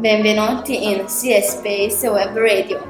Benvenuti in CS Space Web Radio.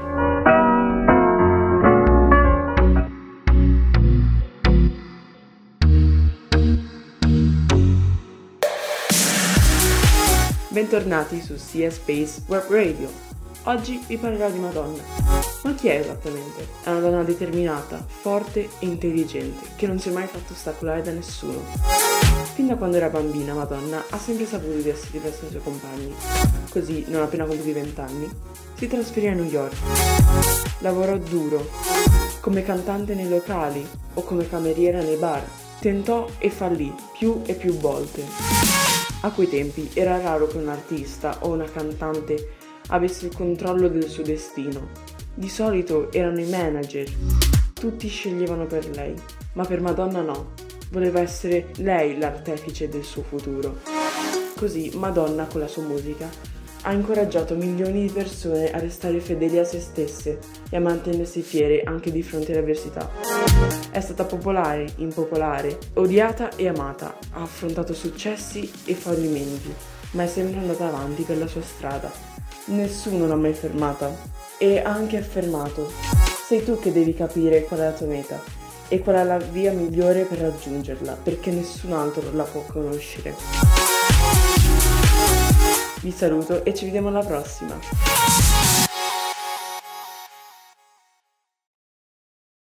Bentornati su CS Space Web Radio. Oggi vi parlerò di Madonna. Ma chi è esattamente? È una donna determinata, forte e intelligente, che non si è mai fatto ostacolare da nessuno. Fin da quando era bambina, Madonna ha sempre saputo di essere diversa dai suoi compagni. Così, non appena compiuti 20 anni, si trasferì a New York. Lavorò duro, come cantante nei locali o come cameriera nei bar. Tentò e fallì più e più volte. A quei tempi era raro che un artista o una cantante avesse il controllo del suo destino. Di solito erano i manager. Tutti sceglievano per lei, ma per Madonna no. Voleva essere lei l'artefice del suo futuro. Così Madonna, con la sua musica, ha incoraggiato milioni di persone a restare fedeli a se stesse e a mantenersi fiere anche di fronte alle avversità. È stata popolare, impopolare, odiata e amata, ha affrontato successi e fallimenti, ma è sempre andata avanti per la sua strada. Nessuno l'ha mai fermata e ha anche affermato: sei tu che devi capire qual è la tua meta e qual è la via migliore per raggiungerla, perché nessun altro la può conoscere. Vi saluto e ci vediamo alla prossima!